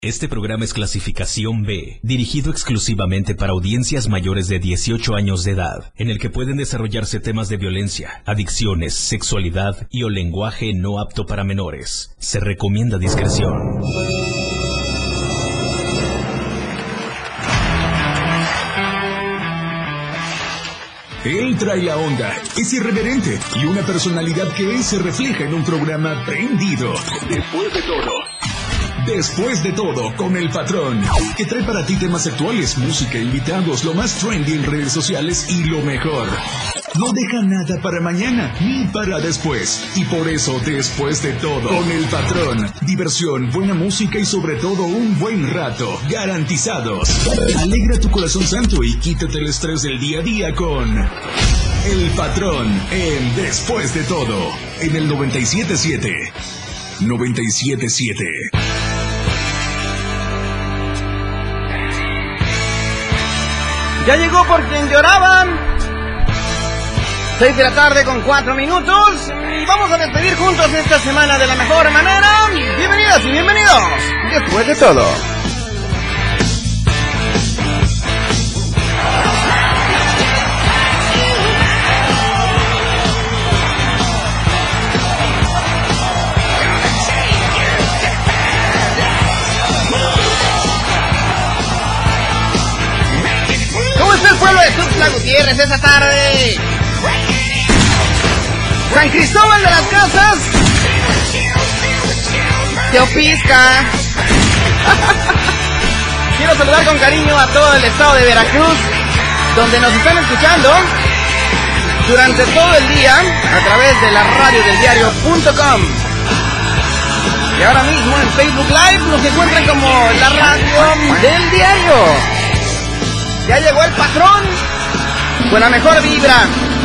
Este programa es clasificación B, dirigido exclusivamente para audiencias mayores de 18 años de edad, en el que pueden desarrollarse temas de violencia, adicciones, sexualidad y o lenguaje no apto para menores. Se recomienda discreción. Él trae la onda, es irreverente y una personalidad que se refleja en un programa prendido. Después de todo, con el patrón, que trae para ti temas actuales, música, invitados, lo más trendy en redes sociales y lo mejor. No deja nada para mañana, ni para después. Y por eso, después de todo, con el patrón, diversión, buena música y sobre todo un buen rato, garantizados. Alegra tu corazón santo y quítate el estrés del día a día con el patrón en Después de Todo, en el 97.7. 97.7. Ya llegó por quien lloraban. 6 de la tarde con 4 minutos. Y vamos a despedir juntos esta semana de la mejor manera. Bienvenidas y bienvenidos. Después de todo. ¿Cómo está el pueblo de Tuxtla Gutiérrez esa tarde? San Cristóbal de las Casas, Teopisca. Quiero saludar con cariño a todo el estado de Veracruz, donde nos están escuchando durante todo el día a través de la radiodeldiario.com. Y ahora mismo en Facebook Live nos encuentran como la radio del diario. Ya llegó el patrón con la mejor vibra,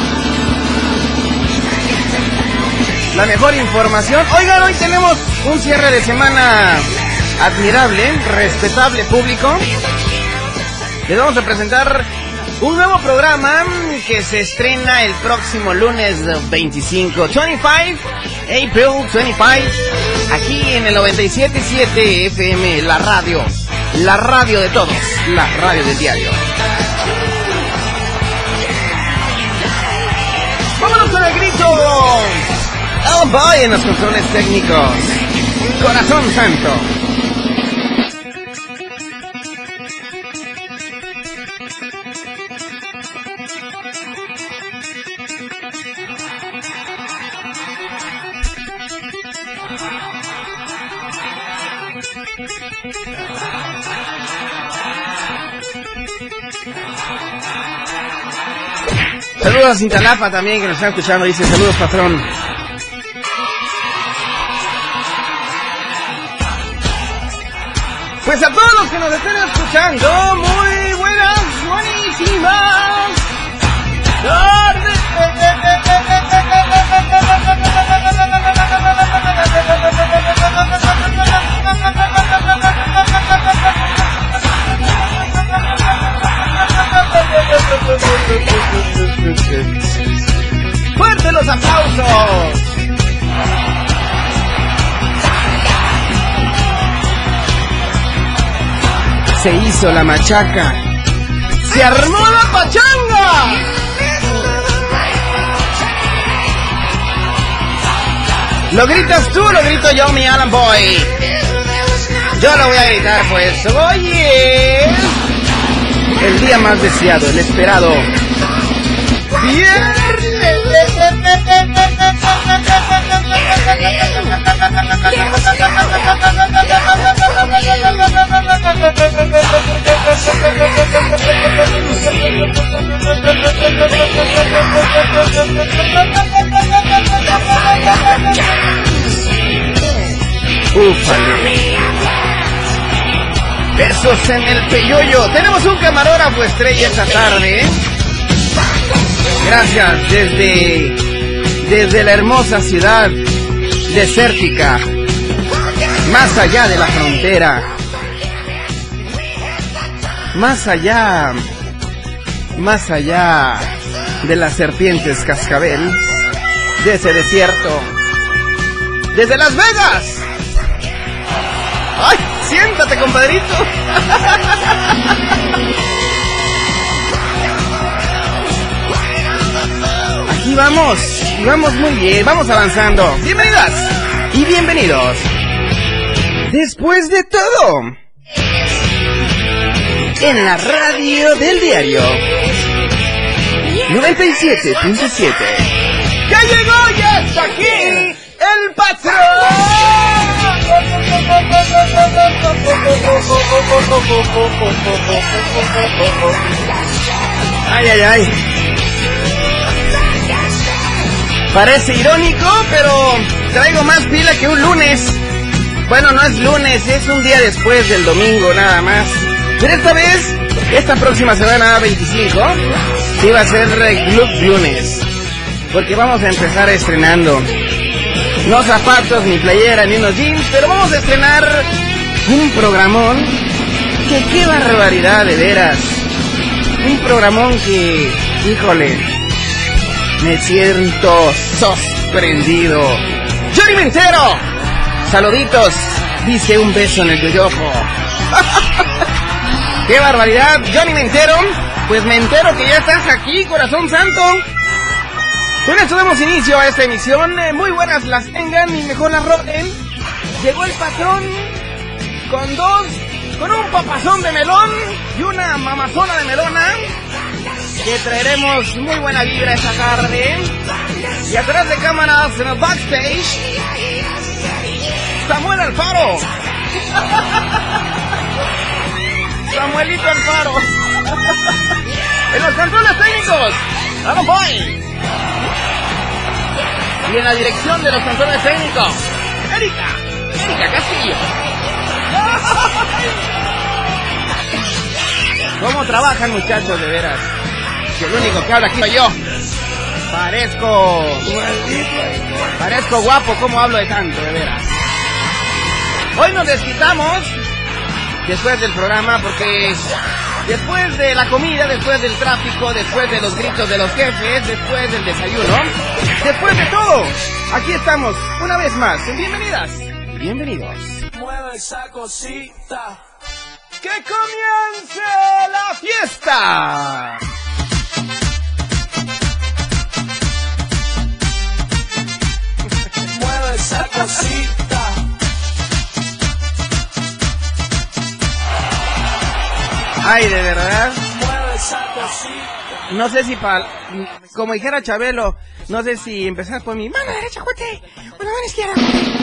la mejor información. Oigan, hoy tenemos un cierre de semana admirable, respetable público. Les vamos a presentar un nuevo programa que se estrena el próximo lunes 25, April 25, aquí en el 97.7 FM, la radio de todos, la radio del diario. ¡Vámonos con el grito! Alan Boy en los controles técnicos. Corazón Santo. Saludos a Cintalapa también, que nos están escuchando. Dice, saludos, patrón. Pues a todos los que nos estén escuchando, muy buenas, buenísimas tardes. ¡Fuertes los aplausos! Se hizo la machaca, se armó la pachanga. ¿Lo gritas tú o lo grito yo, mi Alan Boy? Yo lo voy a gritar, pues. Oye, el día más deseado, el esperado viernes. Ufale. Besos en el peyoyo. Tenemos un camarógrafo estrella esta tarde. Gracias desde la hermosa ciudad desértica, más allá de la frontera, más allá de las serpientes cascabel, de ese desierto, desde Las Vegas. ¡Ay! Siéntate, compadrito. Aquí vamos, y vamos muy bien, vamos avanzando. Bienvenidas y bienvenidos. Después de todo, en la radio del diario 97.7. ¡Ya llegó, ya está aquí el patrón! Ay, ay, ay. Parece irónico, pero traigo más pila que un lunes. Bueno, no es lunes, es un día después del domingo nada más. Pero esta próxima semana 25, sí va a ser Club Lunes. Porque vamos a empezar estrenando. No zapatos, ni playera, ni unos jeans, pero vamos a estrenar un programón que qué barbaridad, de veras. Un programón que, híjole, me siento sorprendido. ¡Johnny Mentero! Saluditos, dice un beso en el yoyojo. ¡Qué barbaridad! Johnny Mentero, pues me entero que ya estás aquí, corazón santo. Con esto damos inicio a esta emisión. Muy buenas las tengan y mejor las roten. Llegó el patrón con un papazón de melón y una mamazona de melona, que traeremos muy buena vibra esta tarde. Y atrás de cámaras en el backstage, Samuel Alfaro. Samuelito Alfaro. En los controles técnicos, Aaron Boy. Y en la dirección de los controles técnicos, Erika Castillo. ¿Cómo trabajan, muchachos, de veras? Que el único que habla aquí soy yo. Parezco guapo, ¿cómo hablo de tanto, de veras? Hoy nos desquitamos después del programa porque después de la comida, después del tráfico, después de los gritos de los jefes, después del desayuno, después de todo, aquí estamos una vez más. Bienvenidas y bienvenidos. Mueve esa cosita. ¡Que comience la fiesta! Mueve esa cosita. Ay, de verdad. Mueve esa cosita. No sé si como dijera Chabelo, no sé si empezar por mi mano derecha, juete, o la mano izquierda.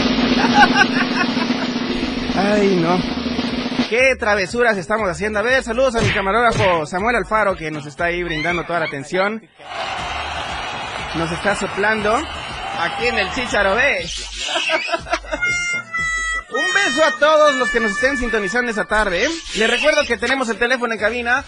Ay, no. Qué travesuras estamos haciendo. A ver, saludos a mi camarógrafo Samuel Alfaro, que nos está ahí brindando toda la atención. Nos está soplando aquí en el Chícharo B. Un beso a todos los que nos estén sintonizando esta tarde. Les recuerdo que tenemos el teléfono en cabina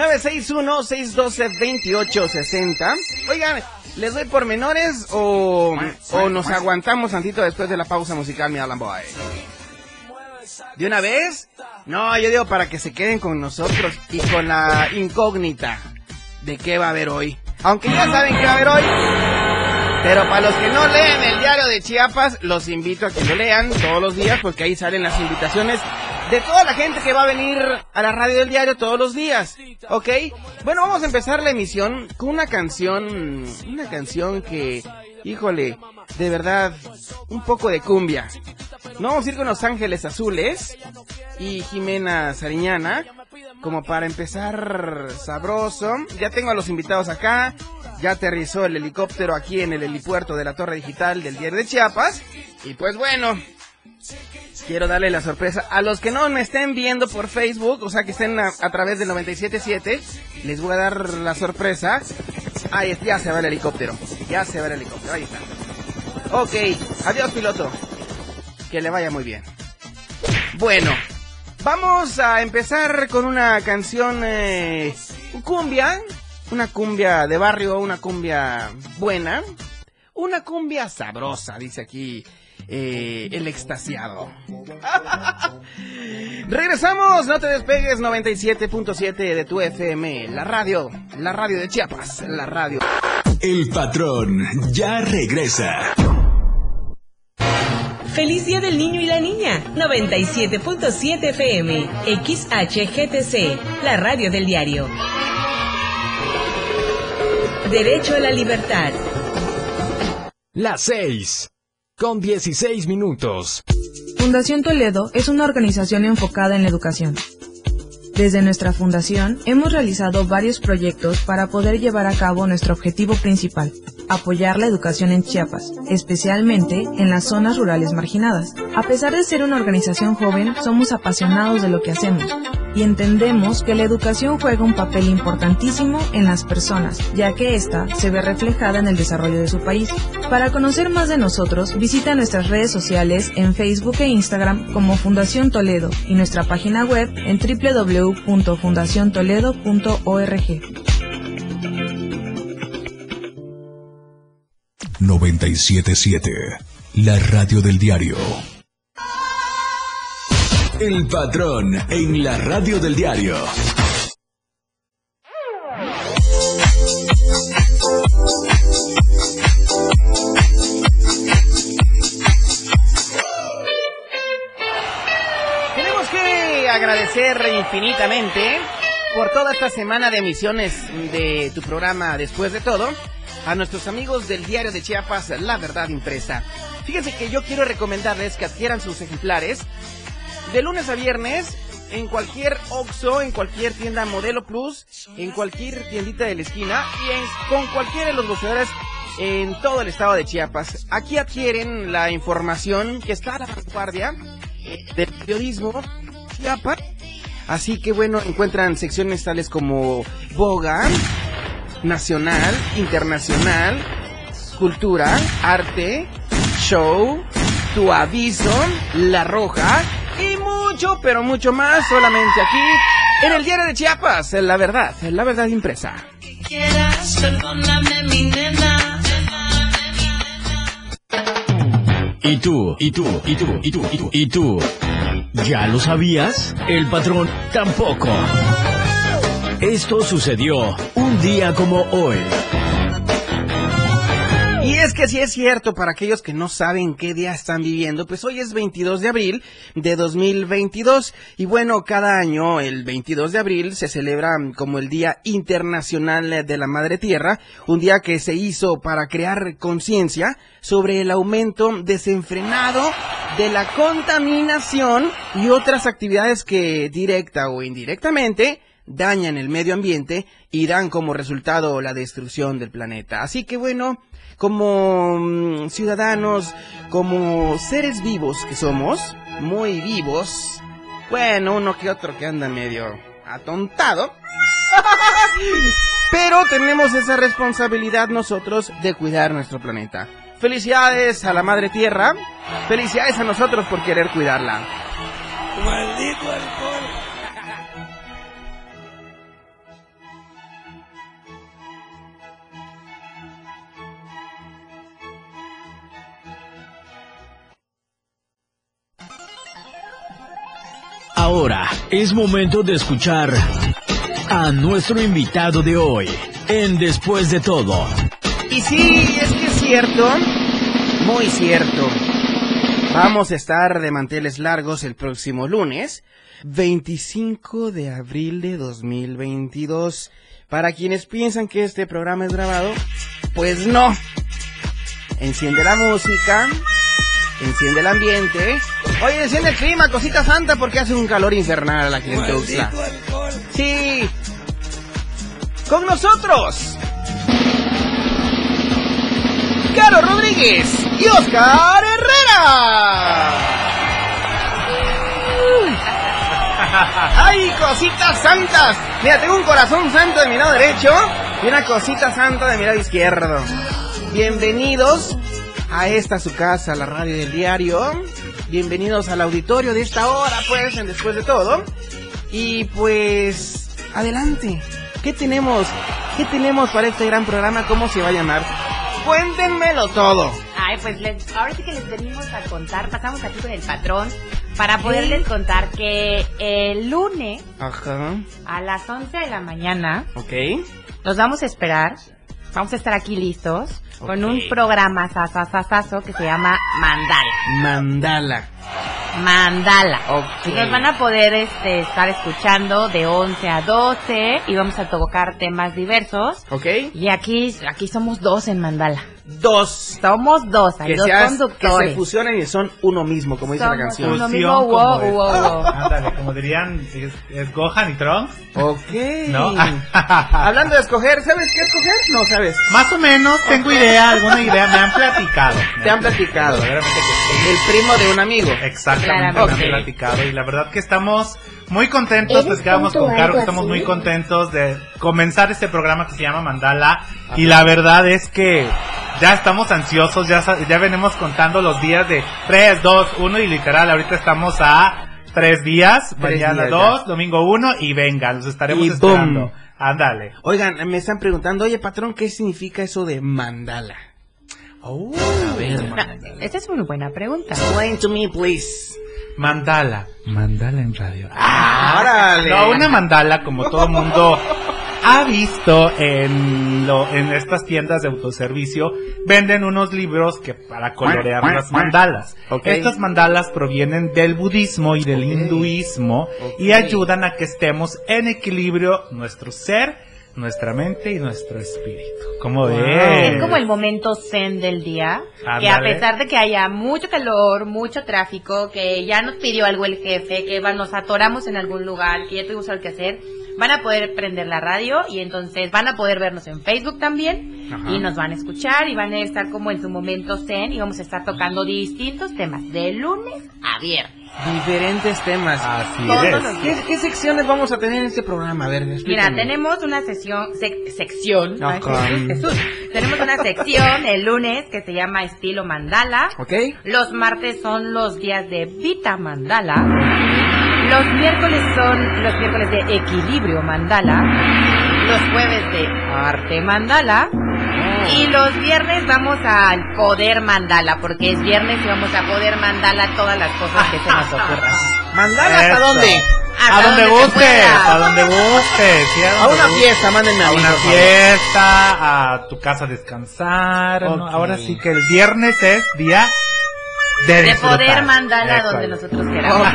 961-612-2860. Oigan, ¿les doy pormenores o nos aguantamos tantito después de la pausa musical, mi Alan Boy? ¿De una vez? No, yo digo para que se queden con nosotros y con la incógnita de qué va a haber hoy. Aunque ya saben qué va a haber hoy. Pero para los que no leen el diario de Chiapas, los invito a que lo lean todos los días, porque ahí salen las invitaciones de toda la gente que va a venir a la radio del diario todos los días, ¿ok? Bueno, vamos a empezar la emisión con una canción que, híjole, de verdad, un poco de cumbia. No vamos a ir con Los Ángeles Azules y Jimena Sariñana, como para empezar sabroso. Ya tengo a los invitados acá. Ya aterrizó el helicóptero aquí en el helipuerto de la Torre Digital del Diario de Chiapas. Y pues bueno, quiero darle la sorpresa a los que no me estén viendo por Facebook, o sea que estén a través del 97.7, les voy a dar la sorpresa. Ahí ya se va el helicóptero, ahí está. Ok, adiós piloto, que le vaya muy bien. Bueno, vamos a empezar con una canción cumbia. Una cumbia de barrio, una cumbia buena, una cumbia sabrosa, dice aquí el extasiado. Regresamos, no te despegues, 97.7 de tu FM, la radio de Chiapas, la radio. El patrón ya regresa. ¡Feliz Día del Niño y la Niña! 97.7 FM, XHGTC, la radio del diario. Derecho a la libertad. Las 6:16. Fundación Toledo es una organización enfocada en la educación. Desde nuestra fundación hemos realizado varios proyectos para poder llevar a cabo nuestro objetivo principal, apoyar la educación en Chiapas, especialmente en las zonas rurales marginadas. A pesar de ser una organización joven, somos apasionados de lo que hacemos y entendemos que la educación juega un papel importantísimo en las personas, ya que ésta se ve reflejada en el desarrollo de su país. Para conocer más de nosotros, visita nuestras redes sociales en Facebook e Instagram como Fundación Toledo y nuestra página web en www.fundaciontoledo.org. 97.7, la radio del diario. El Patrón en la radio del diario. Tenemos que agradecer infinitamente por toda esta semana de emisiones de tu programa Después de Todo a nuestros amigos del diario de Chiapas, La Verdad Impresa. Fíjense que yo quiero recomendarles que adquieran sus ejemplares de lunes a viernes en cualquier Oxxo, en cualquier tienda Modelo Plus, en cualquier tiendita de la esquina y con cualquiera de los boceadores en todo el estado de Chiapas. Aquí adquieren la información que está a la vanguardia del periodismo Chiapas. Así que bueno, encuentran secciones tales como Boga, Nacional, Internacional, Cultura, Arte, Show, Tu Aviso, La Roja y mucho, pero mucho más solamente aquí en el diario de Chiapas, La Verdad Impresa. Quieras, perdóname, mi nena. ¿Y tú? ¿Ya lo sabías? El patrón tampoco. Esto sucedió un día como hoy. Y es que sí es cierto, para aquellos que no saben qué día están viviendo, pues hoy es 22 de abril de 2022. Y bueno, cada año el 22 de abril se celebra como el Día Internacional de la Madre Tierra, un día que se hizo para crear conciencia sobre el aumento desenfrenado de la contaminación y otras actividades que directa o indirectamente dañan el medio ambiente y dan como resultado la destrucción del planeta. Así que bueno, como ciudadanos, como seres vivos que somos, muy vivos, bueno, uno que otro que anda medio atontado, pero tenemos esa responsabilidad nosotros de cuidar nuestro planeta. Felicidades a la Madre Tierra, felicidades a nosotros por querer cuidarla. Maldito alcohol. Ahora es momento de escuchar a nuestro invitado de hoy en Después de Todo. Y sí, es que es cierto, muy cierto. Vamos a estar de manteles largos el próximo lunes, 25 de abril de 2022. Para quienes piensan que este programa es grabado, pues no. Enciende la música, enciende el ambiente. Oye, enciende el clima, cosita santa, porque hace un calor infernal aquí en Tuxtla. Sí. Con nosotros, Caro Rodríguez y Oscar Herrera. ¡Ay, cositas santas! Mira, tengo un corazón santo de mi lado derecho y una cosita santa de mi lado izquierdo. Bienvenidos a esta su casa, la radio del diario. Bienvenidos al auditorio de esta hora, pues, en Después de Todo. Y pues, adelante. ¿Qué tenemos para este gran programa? ¿Cómo se va a llamar? Cuéntenmelo todo. Ay, pues ahora sí que les venimos a contar, pasamos aquí con el patrón para poderles contar que el lunes Ajá. a las 11 de la mañana Ok. los vamos a esperar Vamos a estar aquí listos con un programa sasasasazo que se llama Mandala. Okay. Nos van a poder estar escuchando de 11 a 12 y vamos a tocar temas diversos. Ok. Y aquí somos 2 en Mandala. 2. Somos 2, hay 2 conductores. Que se fusionen y son uno mismo, como dice la canción. Uno mismo, wow. Ándale, como dirían, es Gohan y Trunks. Ok. ¿No? Hablando de escoger, ¿sabes qué escoger? No sabes. Más o menos tengo alguna idea, me han platicado. Te han platicado. Verdaderamente que sí. El primo de un amigo. Exactamente, me han platicado. Y la verdad que estamos muy contentos, pues quedamos con Caro, que estamos muy contentos de comenzar este programa que se llama Mandala. Ajá. Y la verdad es que ya estamos ansiosos, ya venimos contando los días de 3, 2, 1 y literal, ahorita estamos a 3 días, mañana 2, domingo 1 y venga, los estaremos esperando. Boom. Ándale. Oigan, me están preguntando, oye patrón, ¿qué significa eso de mandala? A ver, esa es una buena pregunta. Explain to me, please. Mandala en radio. ¡Órale! No, una mandala, como todo mundo ha visto en estas tiendas de autoservicio, venden unos libros que para colorear las mandalas. Okay. Estas mandalas provienen del budismo y del hinduismo y ayudan a que estemos en equilibrio nuestro ser, nuestra mente y nuestro espíritu. ¿Cómo ves? Es como el momento zen del día. Ándale. Que a pesar de que haya mucho calor, mucho tráfico, que ya nos pidió algo el jefe, que nos atoramos en algún lugar, que ya tuvimos algo que hacer, van a poder prender la radio y entonces van a poder vernos en Facebook también. Ajá. Y nos van a escuchar y van a estar como en su momento zen y vamos a estar tocando distintos temas de lunes a viernes. Diferentes temas. Así es. ¿Qué secciones vamos a tener en este programa? A ver, explícame. Mira, tenemos una sección. Ay, Jesús. Tenemos una sección el lunes que se llama Estilo Mandala. Ok. Los martes son los días de Vita Mandala. Los miércoles son los miércoles de Equilibrio Mandala. Los jueves de Arte Mandala. Y los viernes vamos al Poder Mandala, porque es viernes y vamos a poder mandala todas las cosas que se nos ocurran. ¿Mandala hasta dónde? A donde guste, a donde guste. Sí, a una fiesta, mándenme a una fiesta, a tu casa a descansar. Okay. ¿No? Ahora sí que el viernes es día de poder mandala donde nosotros queramos.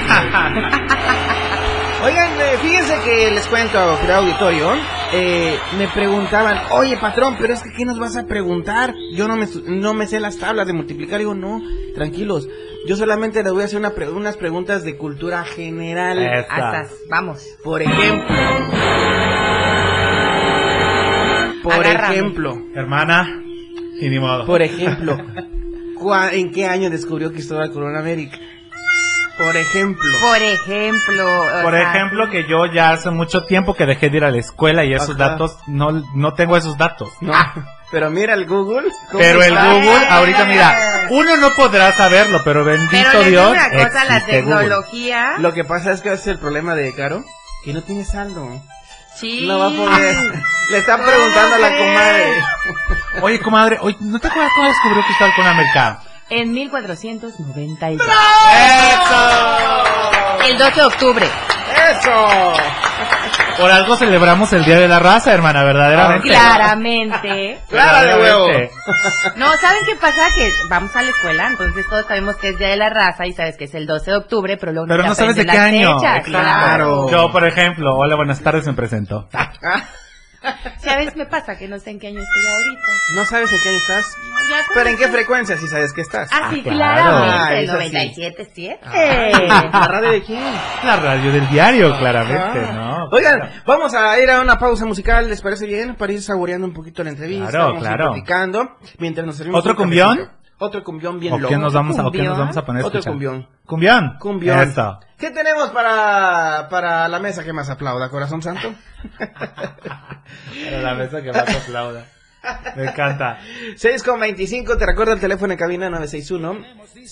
Oigan, fíjense que les cuento, querido auditorio, me preguntaban, oye patrón, pero es que ¿qué nos vas a preguntar? Yo no me sé las tablas de multiplicar. Digo, no, tranquilos, yo solamente les voy a hacer unas preguntas de cultura general. Vamos. Por ejemplo, hermana, y ni modo. Por ejemplo, ¿en qué año descubrió Cristóbal Colón América? Por ejemplo, que yo ya hace mucho tiempo que dejé de ir a la escuela y esos datos, no tengo esos datos. No. Pero mira el Google. Pero el Google, ahorita mira, uno no podrá saberlo, pero bendito Dios. Pero una cosa, la tecnología. Google. Lo que pasa es que ese es el problema de Caro, que no tiene saldo. Sí. No va a poder. Le están preguntando a la comadre. Oye, comadre, ¿no te acuerdas cómo descubrió Cristóbal Colón América? En 1492. ¡Eso! El 12 de octubre. ¡Eso! Por algo celebramos el Día de la Raza, hermana, verdaderamente. Claramente. ¡Clara de huevo! No, ¿saben qué pasa? Que vamos a la escuela, entonces todos sabemos que es Día de la Raza y sabes que es el 12 de octubre, pero luego no sabes de qué año. Claro. Yo, por ejemplo, hola, buenas tardes, me presento. ¿Sabes? Me pasa que no sé en qué año estoy ahorita. ¿No sabes en qué año estás? No, ¿pero en qué frecuencia si sabes que estás? Sí, claramente, el 97.7. ¿La radio de quién? La radio del diario, claramente, ¿no? Oigan, vamos a ir a una pausa musical, ¿les parece bien? Para ir saboreando un poquito la entrevista. Claro. Platicando, mientras nos servimos. ¿Otro cumbión? Otro cumbión bien loco. ¿O qué nos vamos a poner a Otro escuchar? cumbión. ¿Cumbión? Eso. ¿Qué tenemos para la mesa que más aplauda, corazón santo? Para la mesa que más aplauda. Me encanta. 6:25, te recuerdo el teléfono en cabina 961-612-2860.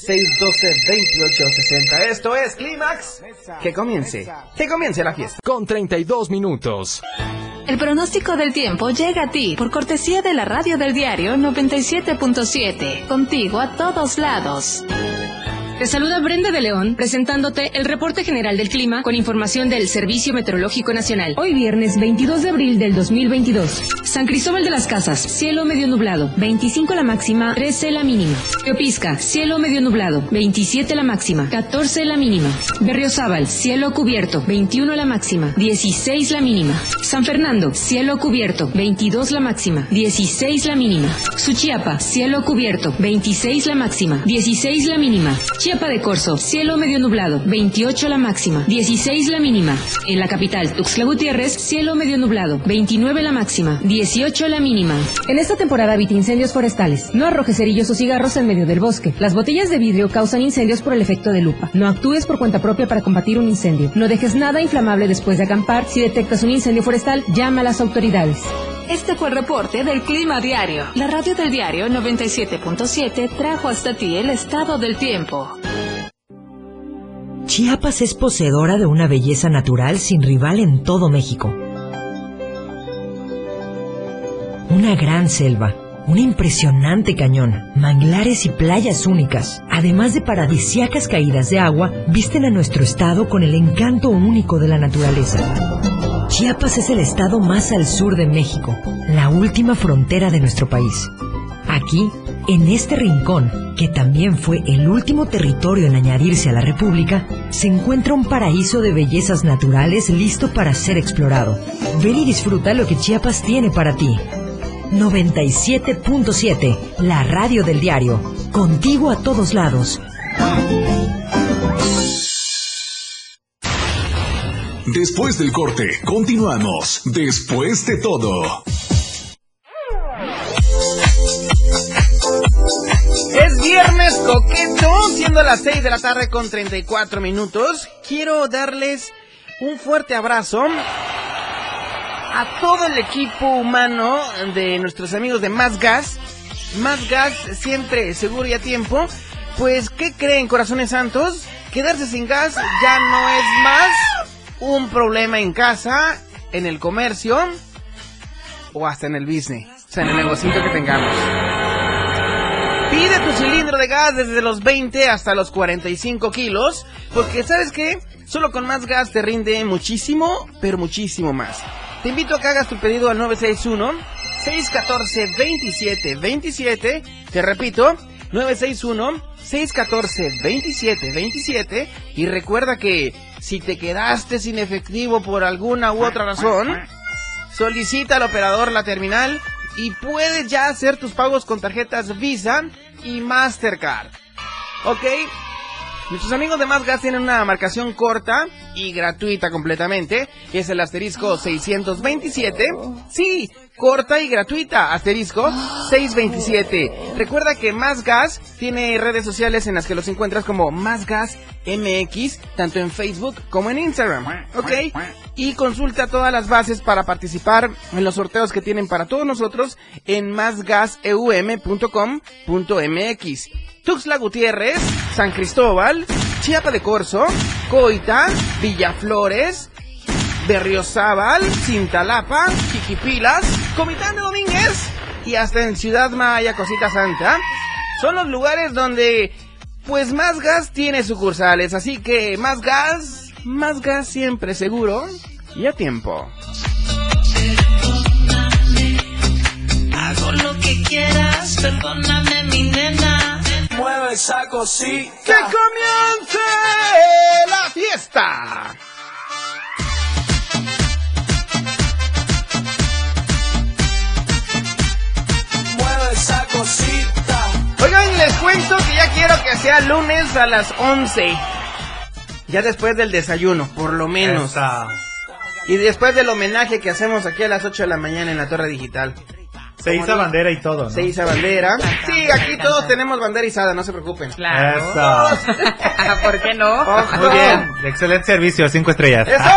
Esto es Clímax. Que comience la fiesta. Con 32 minutos. El pronóstico del tiempo llega a ti por cortesía de la radio del diario 97.7. Contigo a todos lados. Te saluda Brenda de León, presentándote el reporte general del clima con información del Servicio Meteorológico Nacional. Hoy viernes 22 de abril del 2022. San Cristóbal de las Casas, cielo medio nublado, 25 la máxima, 13 la mínima. Teopisca, cielo medio nublado, 27 la máxima, 14 la mínima. Berriozábal, cielo cubierto, 21 la máxima, 16 la mínima. San Fernando, cielo cubierto, 22 la máxima, 16 la mínima. Suchiapa, cielo cubierto, 26 la máxima, 16 la mínima. Chiapa de Corzo, cielo medio nublado, 28 la máxima, 16 la mínima. En la capital, Tuxtla Gutiérrez, cielo medio nublado, 29 la máxima, 18 la mínima. En esta temporada evita incendios forestales. No arrojes cerillos o cigarros en medio del bosque. Las botellas de vidrio causan incendios por el efecto de lupa. No actúes por cuenta propia para combatir un incendio. No dejes nada inflamable después de acampar. Si detectas un incendio forestal, llama a las autoridades. Este fue el reporte del Clima Diario. La radio del diario 97.7 trajo hasta ti el estado del tiempo. Chiapas es poseedora de una belleza natural sin rival en todo México. Una gran selva, un impresionante cañón, manglares y playas únicas, además de paradisíacas caídas de agua, visten a nuestro estado con el encanto único de la naturaleza. Chiapas es el estado más al sur de México, la última frontera de nuestro país. Aquí, en este rincón, que también fue el último territorio en añadirse a la República, se encuentra un paraíso de bellezas naturales listo para ser explorado. Ven y disfruta lo que Chiapas tiene para ti. 97.7, la radio del diario, contigo a todos lados. Después del corte, continuamos. Después de todo. Es viernes coqueto, siendo las 6 de la tarde con 34 minutos. Quiero darles un fuerte abrazo a todo el equipo humano de nuestros amigos de Más Gas. Más Gas, siempre seguro y a tiempo. Pues, ¿qué creen, corazones santos? Quedarse sin gas ya no es más un problema en casa, en el comercio o hasta en el business, o sea, en el negocito que tengamos. Pide tu cilindro de gas desde los 20 hasta los 45 kilos, porque ¿sabes qué? Solo con Más Gas te rinde muchísimo, pero muchísimo más. Te invito a que hagas tu pedido al 961-614-2727, te repito, 961-614-2727, y recuerda que si te quedaste sin efectivo por alguna u otra razón, solicita al operador la terminal y puedes ya hacer tus pagos con tarjetas Visa y Mastercard. ¿Ok? Nuestros amigos de Más Gas tienen una marcación corta y gratuita completamente, que es el asterisco 627. Sí, corta y gratuita, asterisco 627. Recuerda que Más Gas tiene redes sociales en las que los encuentras como Más Gas MX, tanto en Facebook como en Instagram, ¿ok? Y consulta todas las bases para participar en los sorteos que tienen para todos nosotros en másgaseum.com.mx. Tuxtla Gutiérrez, San Cristóbal, Chiapa de Corzo, Coita, Villaflores, Berriozábal, Cintalapa, Chiquipilas, Comitán de Domínguez y hasta en Ciudad Maya, Cosita Santa, son los lugares donde pues Más Gas tiene sucursales. Así que Más Gas siempre seguro y a tiempo. Hago lo que quieras, perdóname mi nena. Mueve esa cosita. ¡Que comience la fiesta! Mueve esa cosita. Oigan, les cuento que ya quiero que sea lunes a las 11. Ya después del desayuno, por lo menos. Y después del homenaje que hacemos aquí a las 8 de la mañana en la Torre Digital. Se iza bandera y todo, ¿no? Se iza bandera. Sí, aquí todos tenemos bandera izada, no se preocupen. Claro. Eso. ¿Por qué no? Muy bien, excelente servicio, 5 estrellas. ¡Eso!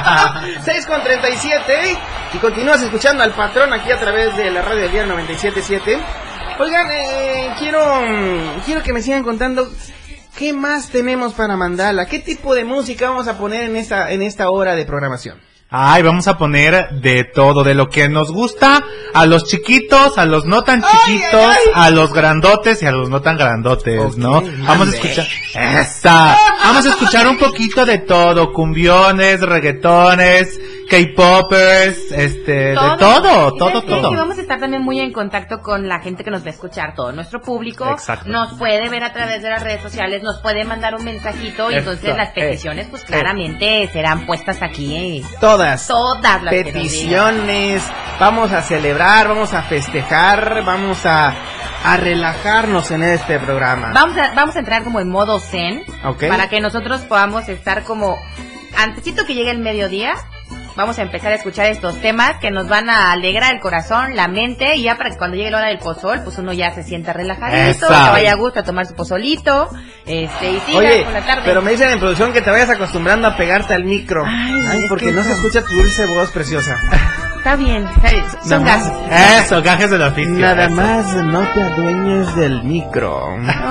6:37. Y continúas escuchando al patrón aquí a través de la radio del día 97.7. Oigan, quiero que me sigan contando qué más tenemos para Mandala. ¿Qué tipo de música vamos a poner en esta hora de programación? Ay, vamos a poner de todo, de lo que nos gusta, a los chiquitos, a los no tan chiquitos, a los grandotes y a los no tan grandotes, ¿no? Vamos a escuchar, vamos a escuchar un poquito de todo, cumbiones, reggaetones, K-popers, de todo. Y vamos a estar también muy en contacto con la gente que nos va a escuchar, todo nuestro público. Exacto. Nos puede ver a través de las redes sociales, nos puede mandar un mensajito y entonces las peticiones pues claramente serán puestas aquí. Todas las peticiones, vamos a celebrar, vamos a festejar, vamos a relajarnos en este programa. Vamos a entrar como en modo zen, para que nosotros podamos estar como antesito que llegue el mediodía. Vamos a empezar a escuchar estos temas que nos van a alegrar el corazón, la mente, y ya para que cuando llegue la hora del pozol, pues uno ya se sienta relajadito, que vaya a gusto a tomar su pozolito, y siga Oye, por la tarde. Pero me dicen en producción que te vayas acostumbrando a pegarte al micro. Ay, porque no se escucha tu dulce voz preciosa. Está bien, son gajes. Eso, gajes del oficio. Nada más no te adueñes del micro.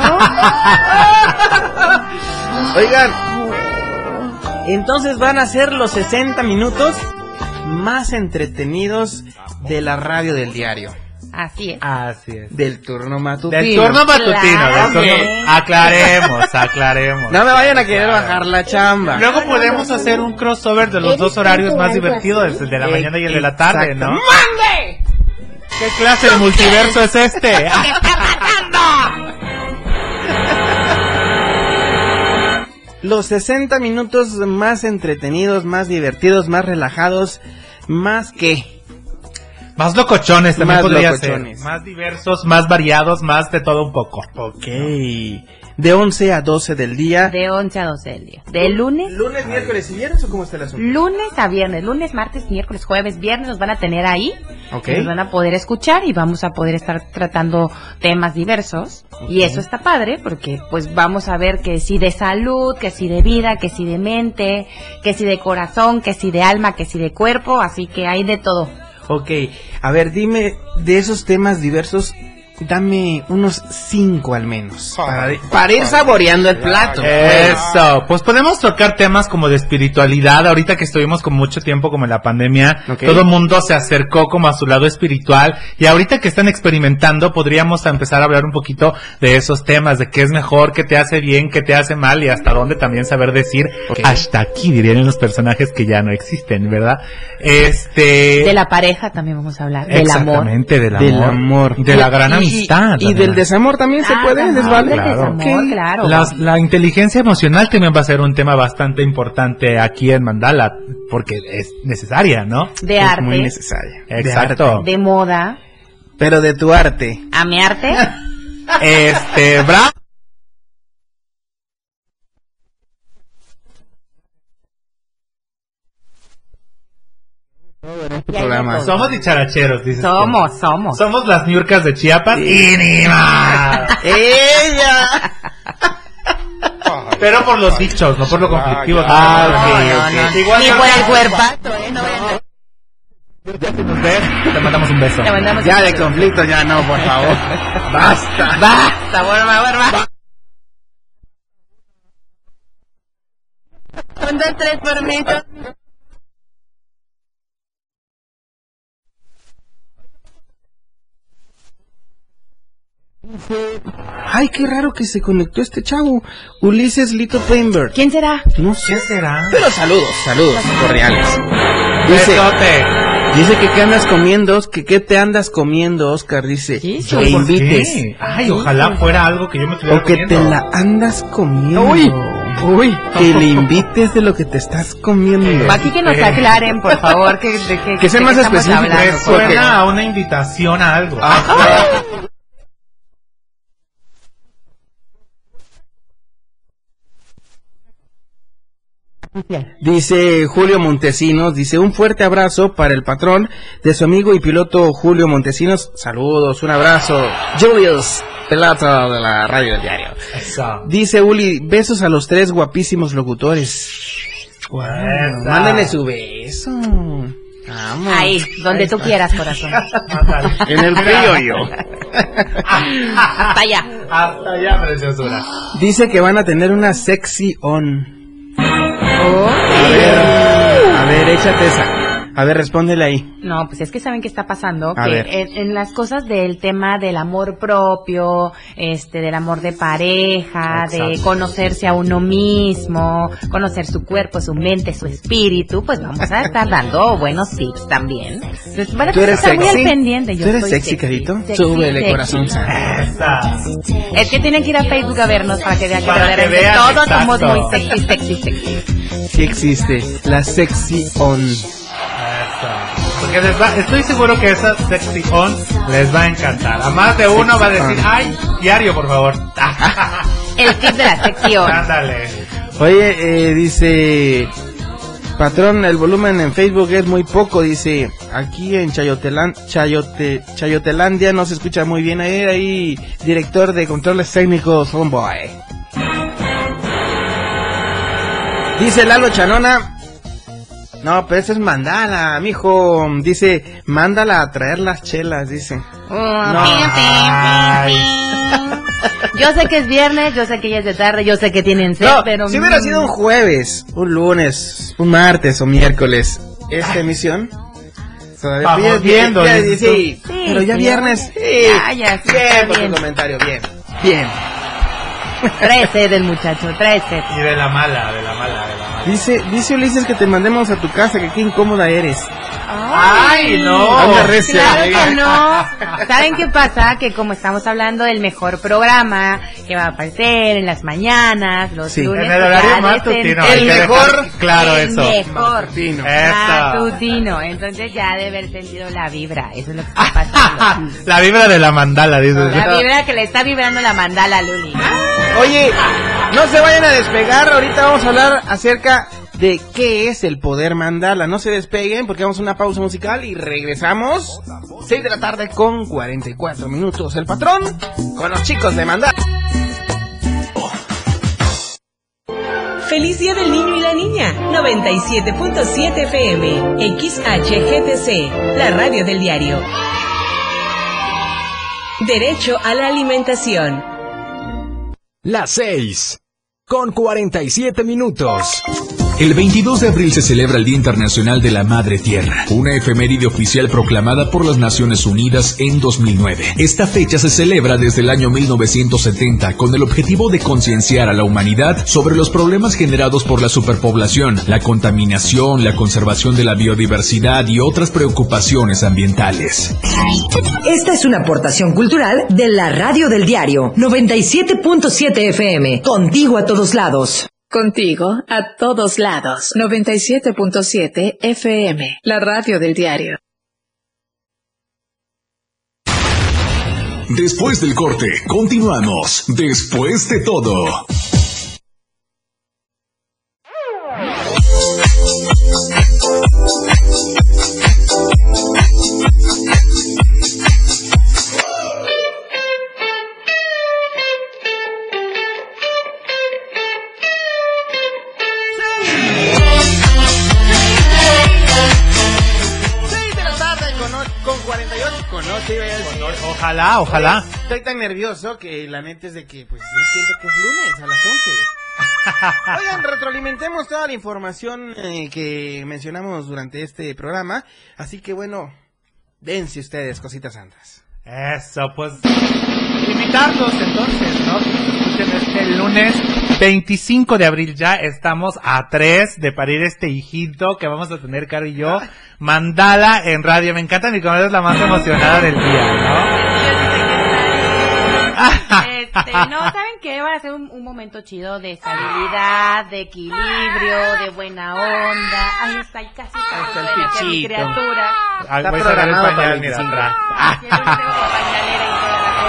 Oigan, entonces van a ser los 60 minutos más entretenidos de la radio del diario. Así es. Del turno matutino. Aclaremos. No me vayan a querer bajar la chamba. Luego podemos hacer un crossover de los dos horarios más divertidos, el de la mañana y el de la tarde, ¿no? ¡Mande! ¿Qué clase de multiverso es este? ¿Qué está pasando? Los 60 minutos más entretenidos, más divertidos, más relajados, más más locochones también más podría locochones. ser. Más diversos, más variados, más de todo un poco. Ok. De 11 a 12 del día. De 11 a 12 del día. ¿De lunes? ¿Lunes, miércoles y viernes o cómo está el asunto? Lunes a viernes. Lunes, martes, miércoles, jueves, viernes nos van a tener ahí. Okay. Nos van a poder escuchar y vamos a poder estar tratando temas diversos. Okay. Y eso está padre porque pues vamos a ver que si de salud, que si de vida, que si de mente, que si de corazón, que si de alma, que si de cuerpo. Así que hay de todo. Ok, a ver, dime, de esos temas diversos, dame unos 5 al menos, para ir saboreando el plato. Eso, pues podemos tocar temas como de espiritualidad, ahorita que estuvimos con mucho tiempo como en la pandemia, todo el mundo se acercó como a su lado espiritual, y ahorita que están experimentando, podríamos empezar a hablar un poquito de esos temas, de qué es mejor, qué te hace bien, qué te hace mal, y hasta dónde también saber decir, hasta aquí dirían los personajes que ya no existen, ¿verdad? De la pareja también vamos a hablar, del amor. Exactamente, del amor. De la gran amistad. Y del desamor también se puede desvaler. Claro. Claro. La inteligencia emocional también va a ser un tema bastante importante aquí en Mandala, porque es necesaria, ¿no? De es arte. Muy necesaria. Exacto. De moda. Pero de tu arte. ¿A mi arte? Bravo. Somos dicharacheros, dices. Somos las ñurcas de Chiapas. Sí. Y ni más. ¡Ella! Pero por los dichos, no por lo conflictivo. Igual ni por el cuerpazo, Ya que nos ves, te mandamos un beso. Ya de conflicto, ya no, por favor. Basta, vuelva. Un, dos, tres, por mí. Ay, qué raro que se conectó este chavo. Ulises Lito Painberg. ¿Quién será? No sé. ¿Quién será? Pero saludos cordiales. Dice que qué andas comiendo, que qué te andas comiendo, Oscar, dice. ¿Qué? Que invites. ¿Qué? Ay, ojalá fuera algo que yo me estuviera comiendo. O que te la andas comiendo. Uy, que le invites de lo que te estás comiendo. Aquí que nos aclaren, por favor, que sea más específico. Me suena a una invitación a algo. Dice Julio Montesinos, dice un fuerte abrazo para el patrón de su amigo y piloto Julio Montesinos. Saludos, un abrazo. Julius, piloto de la radio del diario. Eso. Dice Uli, besos a los 3 guapísimos locutores. Mándenle su beso. Vamos. Ahí, donde tú quieras, corazón. En el frío. Hasta allá. Hasta allá, preciosura. Dice que van a tener una sexy on. Oh. A ver, échate esa. A ver, respóndele ahí. No, pues es que saben qué está pasando, A que ver. en las cosas del tema del amor propio, del amor de pareja, de conocerse a uno mismo, conocer su cuerpo, su mente, su espíritu, pues vamos a estar dando buenos tips también. Entonces, van a ¿Tú eres estar muy sexy? al pendiente. Yo ¿Tú eres soy sexy, Carito? Sexy, Súbele, sexy. corazón. Es que tienen que ir a Facebook a vernos para que vean que Para que verdaderamente vean, todos somos exacto. muy sexy. Sí existe, la sexy on. Porque estoy seguro que esa sexy on les va a encantar. A más de uno va a decir, ay, diario, por favor. El tip de la sección. Ándale. Oye, dice... Patrón, el volumen en Facebook es muy poco, dice. Aquí en Chayotelandia no se escucha muy bien. Ahí, director de controles técnicos, homeboy. Dice Lalo Chanona. No, pero eso es mandala, mijo. Dice, mándala a traer las chelas, dice. No. Yo sé que es viernes, yo sé que ya es de tarde, yo sé que tienen sed, No, pero... si hubiera sido un jueves, un lunes, un martes o miércoles, esta emisión... Todavía Vamos viendo. Sí, pero ya viernes... Sí, Ya, bien por bien. tu comentario, bien. Trae sed el muchacho, trae sed. Y de la mala. Dice Ulises que te mandemos a tu casa, que qué incómoda eres. ¡Ay, no! Anda recia. Claro que no. ¿Saben qué pasa? Que como estamos hablando del mejor programa que va a aparecer en las mañanas, los Sí. lunes, En el horario ya matutino. El hay que mejor. dejar claro el eso. mejor Matutino. matutino. Entonces ya debe haber sentido la vibra. Eso es lo que está pasando. La vibra de la mandala, dice. La vibra que le está vibrando la mandala a Luli. Oye, no se vayan a despegar, ahorita vamos a hablar acerca de qué es el poder mandala. No se despeguen porque vamos a una pausa musical y regresamos 6 de la tarde con 44 minutos. El patrón con los chicos de mandala. Feliz Día del Niño y la Niña. 97.7 FM. XHGTC. La radio del diario. Derecho a la alimentación. Las 6 con 47 minutos. El 22 de abril se celebra el Día Internacional de la Madre Tierra, una efeméride oficial proclamada por las Naciones Unidas en 2009. Esta fecha se celebra desde el año 1970 con el objetivo de concienciar a la humanidad sobre los problemas generados por la superpoblación, la contaminación, la conservación de la biodiversidad y otras preocupaciones ambientales. Esta es una aportación cultural de la radio del diario 97.7 FM. Contigo a todos lados. Contigo a todos lados. 97.7 FM, la radio del diario. Después del corte, continuamos. Después de todo. Ojalá. Estoy tan nervioso que la neta es de que, pues, yo siento que es lunes a las 11. Oigan, retroalimentemos toda la información que mencionamos durante este programa. Así que, bueno, dense ustedes, cositas santas. Eso, pues, invitarlos entonces, ¿no? Que nos escuchen este lunes 25 de abril. Ya estamos a 3 de parir este hijito que vamos a tener, Caro y yo. Mandala en radio. Me encanta, mi comadre es la más emocionada del día, ¿no? No, ¿saben qué? Va a ser un momento chido de estabilidad, de equilibrio, de buena onda. Ahí está, casi está el mi criatura. Está voy a sacar el programado para pañal, el mira, 25. atrás. Yo no tengo pañalera y toda la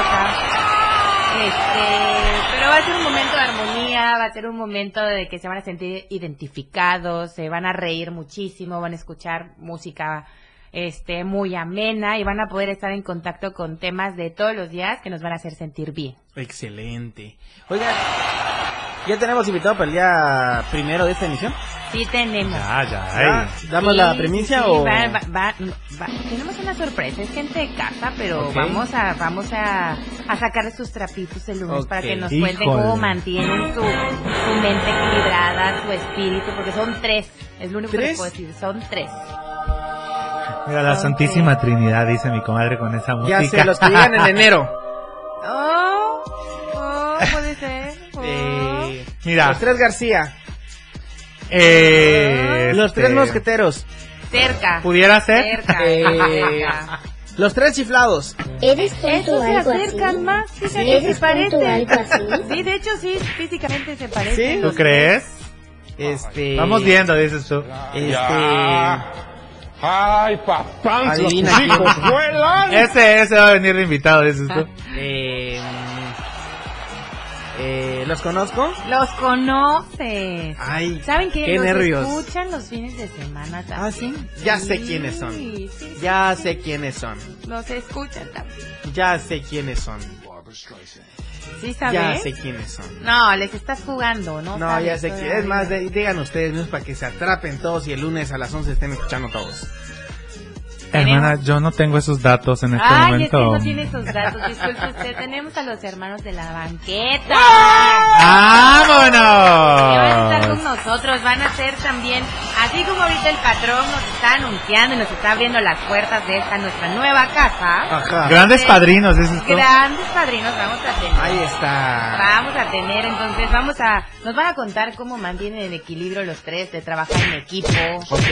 cosa. Pero va a ser un momento de armonía, va a ser un momento de que se van a sentir identificados, se van a reír muchísimo, van a escuchar música muy amena y van a poder estar en contacto con temas de todos los días que nos van a hacer sentir bien. Excelente. Oigan, ¿ya tenemos invitado para el día primero de esta emisión? Sí tenemos. Ya. ¿Damos la primicia o...? Tenemos una sorpresa, es gente de casa, pero Okay. vamos a sacarle sus trapitos el lunes para que nos cuenten Híjole. cómo mantienen su mente equilibrada, su espíritu, porque son 3, es lo único que les puedo decir, son 3. Mira, la Santísima Trinidad, dice mi comadre con esa música. Ya sé, los que llegan en enero. Puede ser. Mira. Los 3 García. Los 3 mosqueteros. Cerca. ¿Pudiera ser? Cerca. Los 3 chiflados. ¿Eres tonto Estos o se algo acercan así? más, fíjate, ¿Eres se parecen. tonto o algo así? Sí, de hecho sí, físicamente se parecen. ¿Sí? ¿Tú crees? Vamos viendo, dices tú. Ay, papá, los Adivina chicos quién. vuelan. Ese va a venir de invitado, dices tú. ¿Los conozco? Los conoces. Ay, ¿Saben qué? qué Los nervios. escuchan los fines de semana también. ¿Ah, sí? Ya sé quiénes son. Sí. Ya sé quiénes son. Los escuchan también. Ya sé quiénes son. ¿Sí sabes? Ya sé quiénes son. No, les estás jugando, ¿no? No, sabes ya sé todavía. quiénes. Es más, digan ustedes mismos para que se atrapen todos y el lunes a las 11 estén escuchando todos. Hermana, yo no tengo esos datos en este Ay, momento. es que no tiene esos datos, disculpe usted. Tenemos a los hermanos de la banqueta. ¡Vámonos! Que van a estar con nosotros, van a ser también, así como ahorita el patrón nos está anunciando y nos está abriendo las puertas de esta nuestra nueva casa. Ajá. Grandes padrinos, dices tú. Grandes padrinos vamos a tener. Ahí está. Vamos a tener, entonces nos van a contar cómo mantienen el equilibrio los 3, de trabajar en equipo, Ok.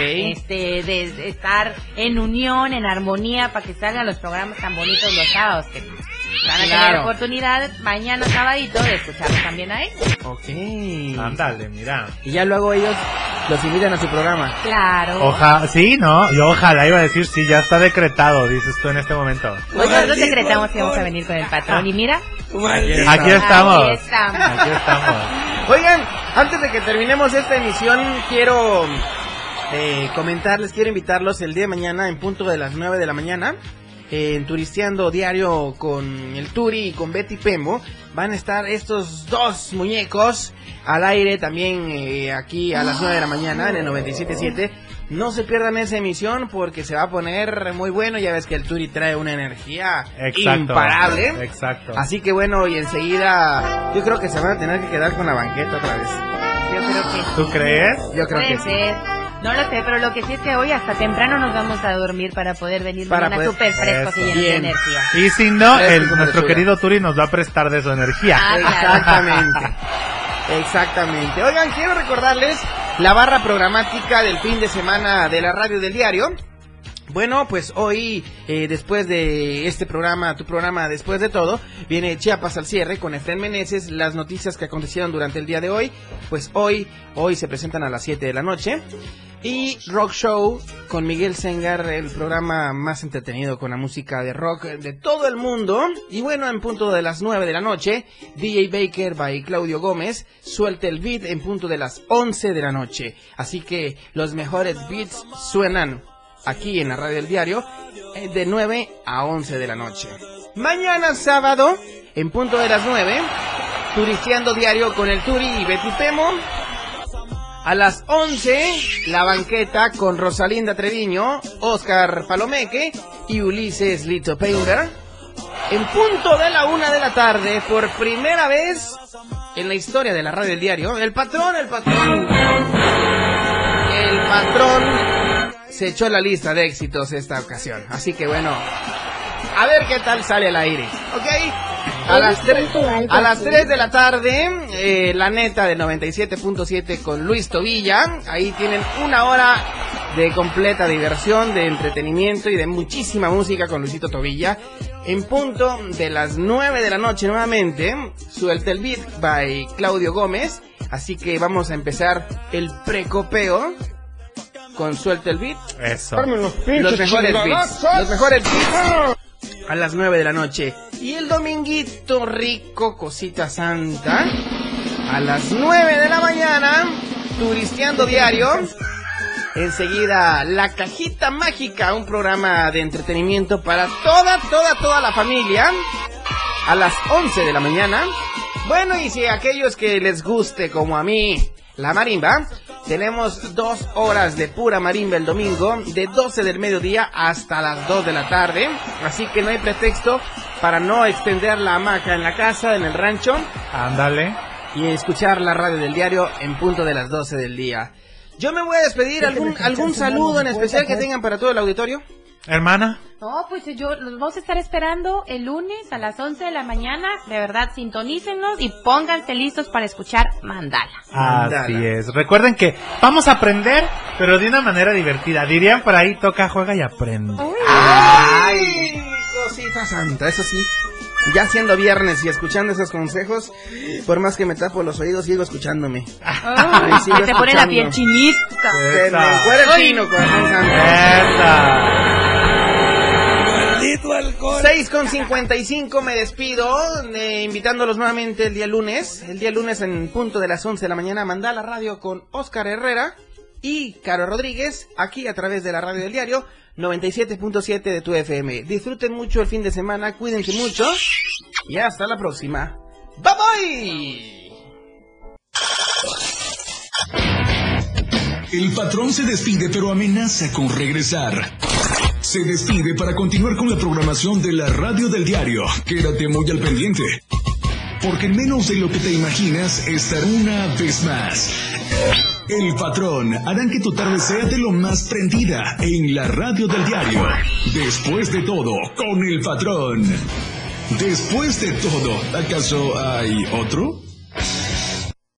de estar en unión, en armonía, para que salgan los programas tan bonitos los sábados, que van a tener oportunidad mañana sabadito de escucharlos también ahí. Ok. Ándale, mira. Y ya luego ellos los invitan a su programa. Claro. Sí, ¿no? Yo ojalá iba a decir, sí, ya está decretado, dices tú en este momento. Nosotros decretamos que vamos a venir con el patrón y mira. Aquí estamos. Ahí estamos. Aquí estamos. Oigan, antes de que terminemos esta emisión, quiero comentarles, quiero invitarlos el día de mañana en punto de las 9 de la mañana. En Turisteando Diario con el Turi y con Betty Pembo van a estar estos 2 muñecos al aire también aquí a las 9 de la mañana en el 97.7. No se pierdan esa emisión porque se va a poner muy bueno. Ya ves que el Turi trae una energía imparable. Exacto. Así que bueno, y enseguida yo creo que se van a tener que quedar con la banqueta otra vez. Yo creo que sí. ¿Tú crees? Yo creo Puede que sí. ser. No lo sé, pero lo que sí es que hoy hasta temprano nos vamos a dormir para poder venir Para mañana poder- súper frescos y Eso. llenos de Bien. energía. Y si no, Fresco como nuestro lechuga. querido Turi nos va a prestar de su energía. Ah, claro. Exactamente. Exactamente. Oigan, quiero recordarles la barra programática del fin de semana de la radio del diario. Bueno, pues hoy, después de este programa, tu programa Después de Todo, viene Chiapas al cierre con Efraín Meneses, las noticias que acontecieron durante el día de hoy. Pues hoy se presentan a las 7 de la noche. Y Rock Show con Miguel Sengar, el programa más entretenido con la música de rock de todo el mundo. Y bueno, en punto de las 9 de la noche, DJ Baker by Claudio Gómez suelta el beat en punto de las 11 de la noche. Así que los mejores beats suenan aquí en la radio del diario de 9 a 11 de la noche. Mañana sábado, en punto de las 9, Turisteando Diario con el Turi y Betty Pemo. A las 11, La Banqueta con Rosalinda Treviño, Oscar Palomeque y Ulises Lito Painter. En punto de la 1 de la tarde, por primera vez en la historia de la radio del diario, el patrón se echó la lista de éxitos esta ocasión. Así que bueno, a ver qué tal sale al aire, ¿ok? A las 3 de la tarde, La Neta de 97.7 con Luis Tobilla. Ahí tienen 1 hora de completa diversión, de entretenimiento y de muchísima música con Luisito Tobilla. En punto de las 9 de la noche nuevamente, suelta el beat by Claudio Gómez. Así que vamos a empezar el precopeo con Suelta el Beat. Eso. Los mejores beats. Los mejores beats a las 9 de la noche. Y el dominguito rico, cosita santa, a las 9 de la mañana, Turisteando Diario. Enseguida, La Cajita Mágica, un programa de entretenimiento para toda la familia, a las 11 de la mañana. Bueno, y si a aquellos que les guste, como a mí, la marimba, Tenemos 2 horas de pura marimba el domingo, de 12 del mediodía hasta las 2 de la tarde. Así que no hay pretexto para no extender la hamaca en la casa, en el rancho. Ándale. Y escuchar la radio del diario en punto de las 12 del día. Yo me voy a despedir. ¿Algún saludo en especial que tengan para todo el auditorio? Hermana. No, pues los vamos a estar esperando el lunes a las 11 de la mañana. De verdad, sintonícenos y pónganse listos para escuchar Mandala. Así es. Recuerden que vamos a aprender, pero de una manera divertida. Dirían por ahí, toca, juega y aprende. ¡Ay! Cosita santa, eso sí. Ya siendo viernes y escuchando esos consejos, por más que me tapo los oídos, sigo escucándome. Que te pone la piel chinita. Se me encuera el chino, corazón santo. 6:55 me despido, invitándolos nuevamente el día lunes en punto de las 11 de la mañana, Mandala Radio con Oscar Herrera y Caro Rodríguez, aquí a través de la radio del diario 97.7 de tu FM. Disfruten mucho el fin de semana, cuídense mucho y hasta la próxima. Bye bye. El patrón se despide pero amenaza con regresar. Se despide para continuar con la programación de la radio del diario. Quédate muy al pendiente, porque en menos de lo que te imaginas estará una vez más. El patrón harán que tu tarde sea de lo más prendida en la radio del diario. Después de todo, con el patrón. Después de todo, ¿acaso hay otro?